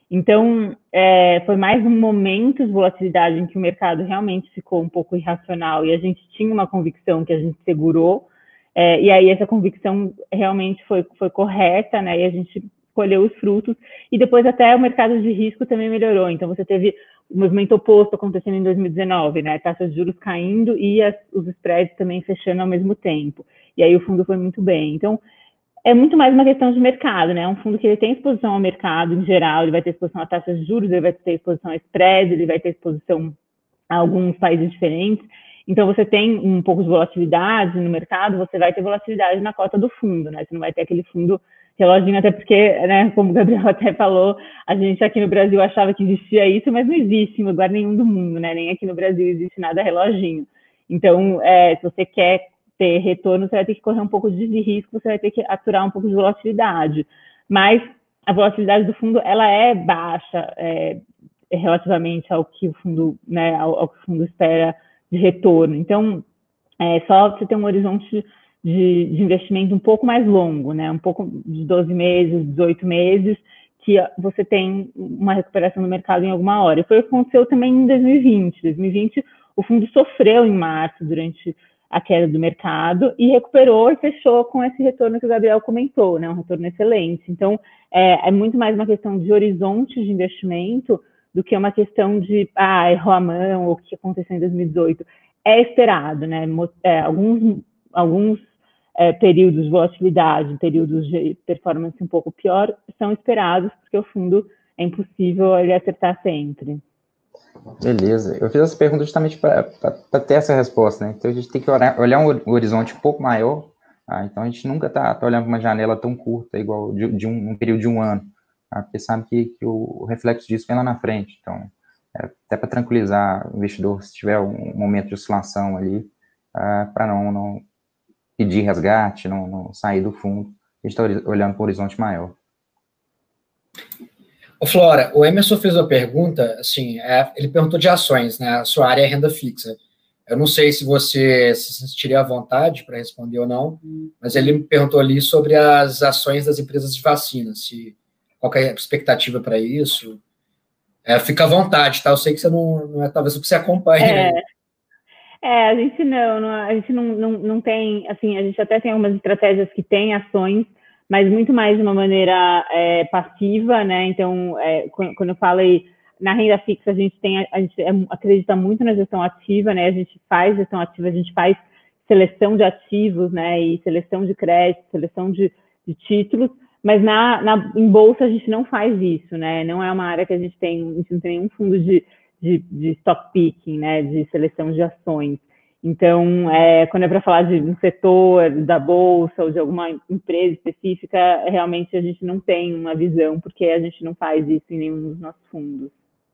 Então, foi mais um momento de volatilidade em que o mercado realmente ficou um pouco irracional e a gente tinha uma convicção que a gente segurou, e aí essa convicção realmente foi correta, né? E a gente colheu os frutos, e depois até o mercado de risco também melhorou. Então, você teve o movimento oposto acontecendo em 2019, né? Taxas de juros caindo e os spreads também fechando ao mesmo tempo. E aí o fundo foi muito bem. Então, é muito mais uma questão de mercado, né? É um fundo que ele tem exposição ao mercado em geral, ele vai ter exposição a taxas de juros, ele vai ter exposição a spreads, ele vai ter exposição a alguns países diferentes. Então, você tem um pouco de volatilidade no mercado, você vai ter volatilidade na cota do fundo, né? Você não vai ter aquele fundo reloginho, até porque, né, como o Gabriel até falou, a gente aqui no Brasil achava que existia isso, mas não existe em lugar nenhum do mundo, né? Nem aqui no Brasil existe nada reloginho. Então, se você quer ter retorno, você vai ter que correr um pouco de risco, você vai ter que aturar um pouco de volatilidade. Mas a volatilidade do fundo, ela é baixa relativamente ao que o fundo, né, ao que o fundo espera de retorno. Então, só você ter um horizonte de investimento um pouco mais longo, né, um pouco de 12 meses, 18 meses, que você tem uma recuperação do mercado em alguma hora. E foi o que aconteceu também em 2020. 2020, o fundo sofreu em março durante a queda do mercado e recuperou e fechou com esse retorno que o Gabriel comentou, né, um retorno excelente. Então, é muito mais uma questão de horizonte de investimento do que uma questão de, errou a mão, ou o que aconteceu em 2018. É esperado, né, alguns períodos de volatilidade, períodos de performance um pouco pior, são esperados, porque o fundo é impossível ele acertar sempre. Beleza. Eu fiz essa pergunta justamente para ter essa resposta, né? Então a gente tem que olhar um horizonte um pouco maior, então a gente nunca tá olhando para uma janela tão curta, igual um período de um ano, porque sabe que o reflexo disso vem lá na frente. Então, até para tranquilizar o investidor, se tiver um momento de oscilação ali, para não pedir resgate, não sair do fundo, a gente está olhando para o horizonte maior. Ô Flora, o Emerson fez uma pergunta, assim, ele perguntou de ações, né? A sua área é renda fixa. Eu não sei se você se sentiria à vontade para responder ou não, mas ele me perguntou ali sobre as ações das empresas de vacinas, qual que é a expectativa para isso. Fica à vontade, tá? Eu sei que você não é talvez o que você acompanha. Né? A gente não tem, assim, a gente até tem algumas estratégias que têm ações, mas muito mais de uma maneira passiva, né? Então, quando eu falei na renda fixa, a gente acredita muito na gestão ativa, né? A gente faz gestão ativa, a gente faz seleção de ativos, né? E seleção de crédito, seleção de títulos, mas em bolsa a gente não faz isso, né? Não é uma área que a gente não tem nenhum fundo de stock picking, né? De seleção de ações. Então, quando é para falar de um setor da bolsa ou de alguma empresa específica, realmente a gente não tem uma visão, porque a gente não faz isso em nenhum dos nossos fundos.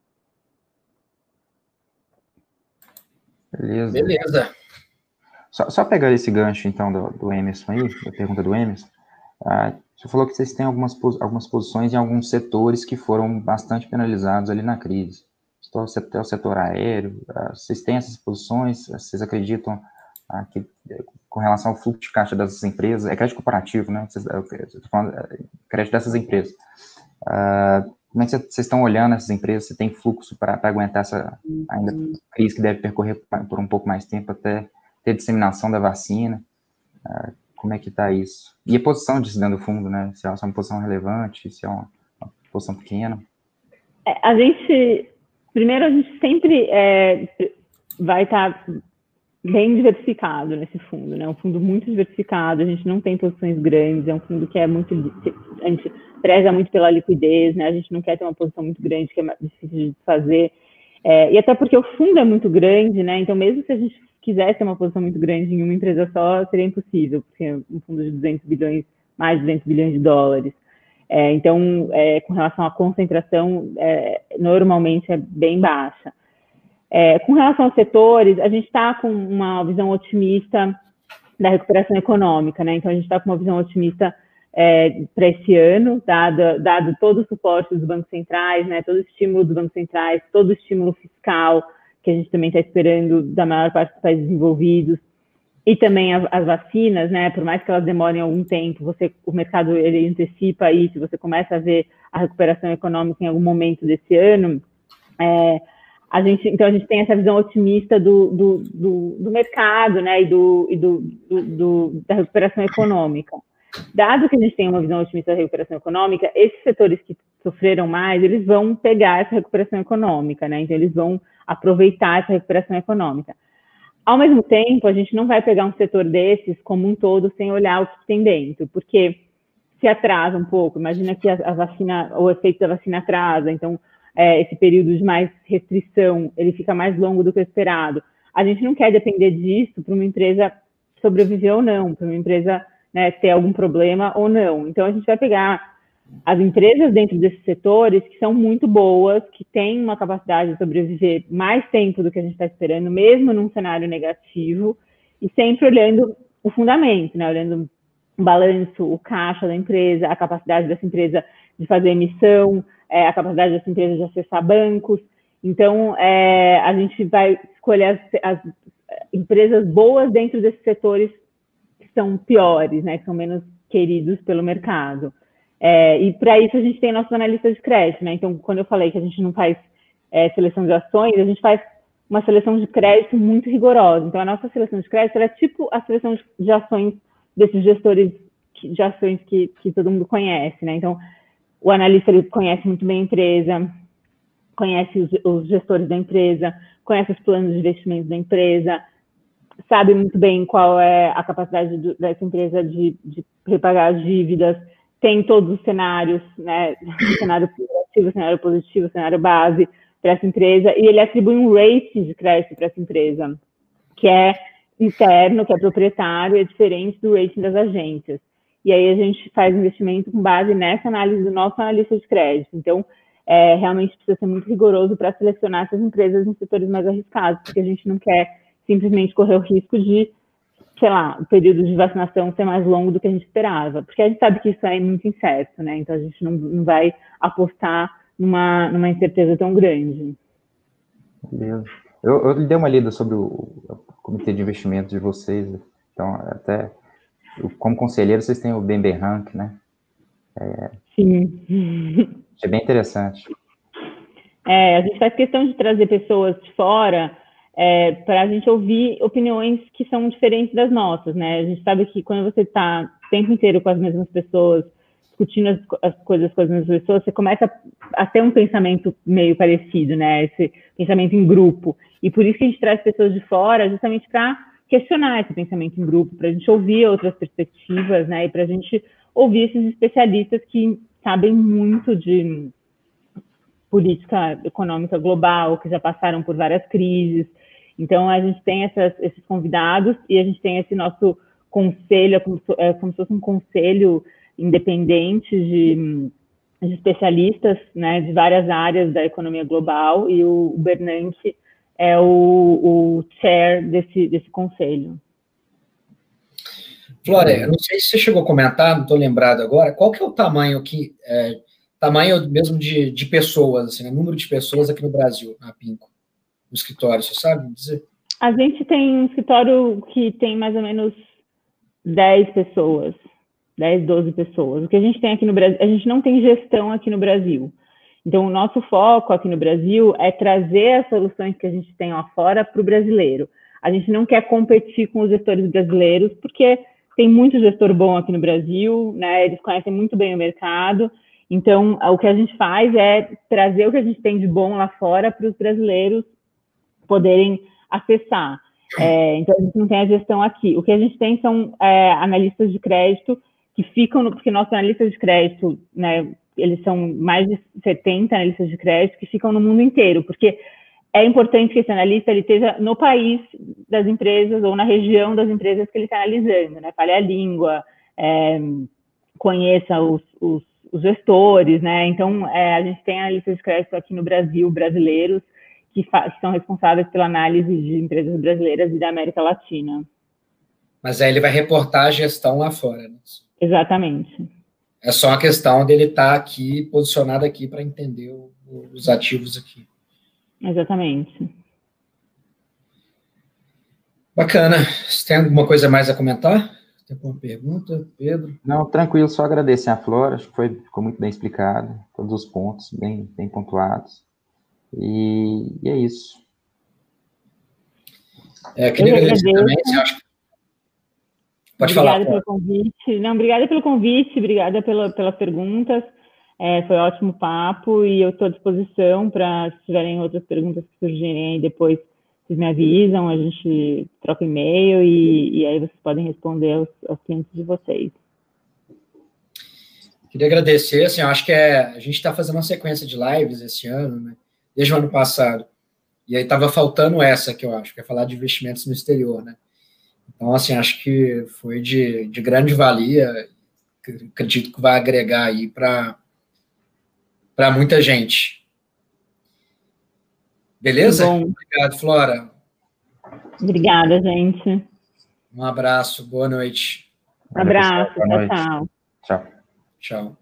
Beleza. Só pegar esse gancho, então, do Emerson aí, da pergunta do Emerson. Você falou que vocês têm algumas posições em alguns setores que foram bastante penalizados ali na crise. Até o setor aéreo, vocês têm essas posições, vocês acreditam que, com relação ao fluxo de caixa dessas empresas, é crédito corporativo, né? Estou falando crédito dessas empresas. Como é que vocês estão olhando essas empresas? Você tem fluxo para aguentar essa ainda crise que deve percorrer por um pouco mais tempo até ter disseminação da vacina? Como é que está isso? E a posição disso dentro do fundo, né? Se é uma posição relevante, se é uma posição pequena? Primeiro, a gente sempre vai estar bem diversificado nesse fundo, né? É um fundo muito diversificado, a gente não tem posições grandes, é um fundo que a gente preza muito pela liquidez, né? A gente não quer ter uma posição muito grande, que é difícil de fazer. E até porque o fundo é muito grande, né? Então, mesmo se a gente quisesse ter uma posição muito grande em uma empresa só, seria impossível, porque é um fundo de 200 bilhões, mais de 200 bilhões de dólares. Então, com relação à concentração, normalmente é bem baixa. Com relação aos setores, a gente está com uma visão otimista da recuperação econômica, né? Então, a gente está com uma visão otimista para esse ano, dado todo o suporte dos bancos centrais, né? Todo o estímulo dos bancos centrais, todo o estímulo fiscal que a gente também está esperando da maior parte dos países desenvolvidos, e também as vacinas, né? Por mais que elas demorem algum tempo, o mercado ele antecipa isso, você começa a ver a recuperação econômica em algum momento desse ano, então a gente tem essa visão otimista do mercado, né, da recuperação econômica. Dado que a gente tem uma visão otimista da recuperação econômica, esses setores que sofreram mais, eles vão pegar essa recuperação econômica, né? Então eles vão aproveitar essa recuperação econômica. Ao mesmo tempo, a gente não vai pegar um setor desses como um todo sem olhar o que tem dentro, porque se atrasa um pouco. Imagina que a vacina, o efeito da vacina atrasa, então esse período de mais restrição, ele fica mais longo do que o esperado. A gente não quer depender disso para uma empresa sobreviver ou não, para uma empresa, né, ter algum problema ou não. Então, a gente vai pegar as empresas dentro desses setores que são muito boas, que têm uma capacidade de sobreviver mais tempo do que a gente está esperando, mesmo num cenário negativo, e sempre olhando o fundamento, né, olhando o balanço, o caixa da empresa, a capacidade dessa empresa de fazer emissão, a capacidade dessa empresa de acessar bancos. Então, a gente vai escolher as empresas boas dentro desses setores que são piores, né, que são menos queridos pelo mercado. E para isso a gente tem nossos analistas de crédito, né? Então, quando eu falei que a gente não faz seleção de ações, a gente faz uma seleção de crédito muito rigorosa. Então, a nossa seleção de crédito é tipo a seleção de ações desses gestores de ações que todo mundo conhece, né? Então, o analista, ele conhece muito bem a empresa, conhece os gestores da empresa, conhece os planos de investimento da empresa, sabe muito bem qual é a capacidade dessa empresa de repagar as dívidas, tem todos os cenários, né, o cenário negativo, o cenário positivo, o cenário base para essa empresa, e ele atribui um rating de crédito para essa empresa, que é interno, que é proprietário, é diferente do rating das agências. E aí a gente faz investimento com base nessa análise do nosso analista de crédito. Então, realmente precisa ser muito rigoroso para selecionar essas empresas em setores mais arriscados, porque a gente não quer simplesmente correr o risco de, sei lá, o período de vacinação ser mais longo do que a gente esperava, porque a gente sabe que isso é muito incerto, né? Então a gente não vai apostar numa incerteza tão grande. Beleza. Eu dei uma lida sobre o comitê de investimentos de vocês, então até como conselheiro vocês têm o Ben Bernanke, né? Sim. É bem interessante. A gente faz questão de trazer pessoas de fora para a gente ouvir opiniões que são diferentes das nossas, né? A gente sabe que quando você está o tempo inteiro com as mesmas pessoas, discutindo as coisas com as mesmas pessoas, você começa a ter um pensamento meio parecido, né? Esse pensamento em grupo. E por isso que a gente traz pessoas de fora, justamente para questionar esse pensamento em grupo, para a gente ouvir outras perspectivas, né? E para a gente ouvir esses especialistas que sabem muito de política econômica global, que já passaram por várias crises. Então, a gente tem esses convidados e a gente tem esse nosso conselho, como se fosse um conselho independente de especialistas, né, de várias áreas da economia global, e o Bernanke é o chair desse conselho. Flora, eu não sei se você chegou a comentar, não estou lembrado agora, qual que é o tamanho aqui, tamanho mesmo de pessoas, assim, né, número de pessoas aqui no Brasil, na Pinco, no escritório, você sabe me dizer? A gente tem um escritório que tem mais ou menos 10 pessoas, 10, 12 pessoas. O que a gente tem aqui no Brasil, a gente não tem gestão aqui no Brasil. Então, o nosso foco aqui no Brasil é trazer as soluções que a gente tem lá fora para o brasileiro. A gente não quer competir com os gestores brasileiros, porque tem muito gestor bom aqui no Brasil, né? Eles conhecem muito bem o mercado. Então, o que a gente faz é trazer o que a gente tem de bom lá fora para os brasileiros poderem acessar. Então, a gente não tem a gestão aqui. O que a gente tem são analistas de crédito que ficam, porque nossos analistas de crédito, né, eles são mais de 70 analistas de crédito que ficam no mundo inteiro, porque é importante que esse analista ele esteja no país das empresas ou na região das empresas que ele está analisando, né? Fale a língua, conheça os gestores, né? Então, a gente tem analistas de crédito aqui no Brasil, brasileiros, que são responsáveis pela análise de empresas brasileiras e da América Latina. Mas aí ele vai reportar a gestão lá fora, né? Exatamente. É só uma questão dele estar aqui, posicionado aqui, para entender os ativos aqui. Exatamente. Bacana. Você tem alguma coisa mais a comentar? Tem alguma pergunta, Pedro? Não, tranquilo, só agradecer a Flora, acho que ficou muito bem explicado, todos os pontos bem pontuados. E é isso. Eu queria agradecer também, acho que... Pode falar. Obrigada pelo convite. Não, obrigada pelo convite, obrigada pelas perguntas. Foi um ótimo papo e eu estou à disposição para, se tiverem outras perguntas que surgirem aí depois, vocês me avisam, a gente troca e-mail e aí vocês podem responder aos clientes de vocês. Queria agradecer, assim, eu acho que a gente está fazendo uma sequência de lives esse ano, né, desde o ano passado, e aí estava faltando essa que eu acho, que é falar de investimentos no exterior, né. Então, assim, acho que foi de grande valia, acredito que vai agregar aí para muita gente. Beleza? Obrigado, Flora. Obrigada, gente. Um abraço, boa noite. Um abraço, tchau. Tchau. Tchau.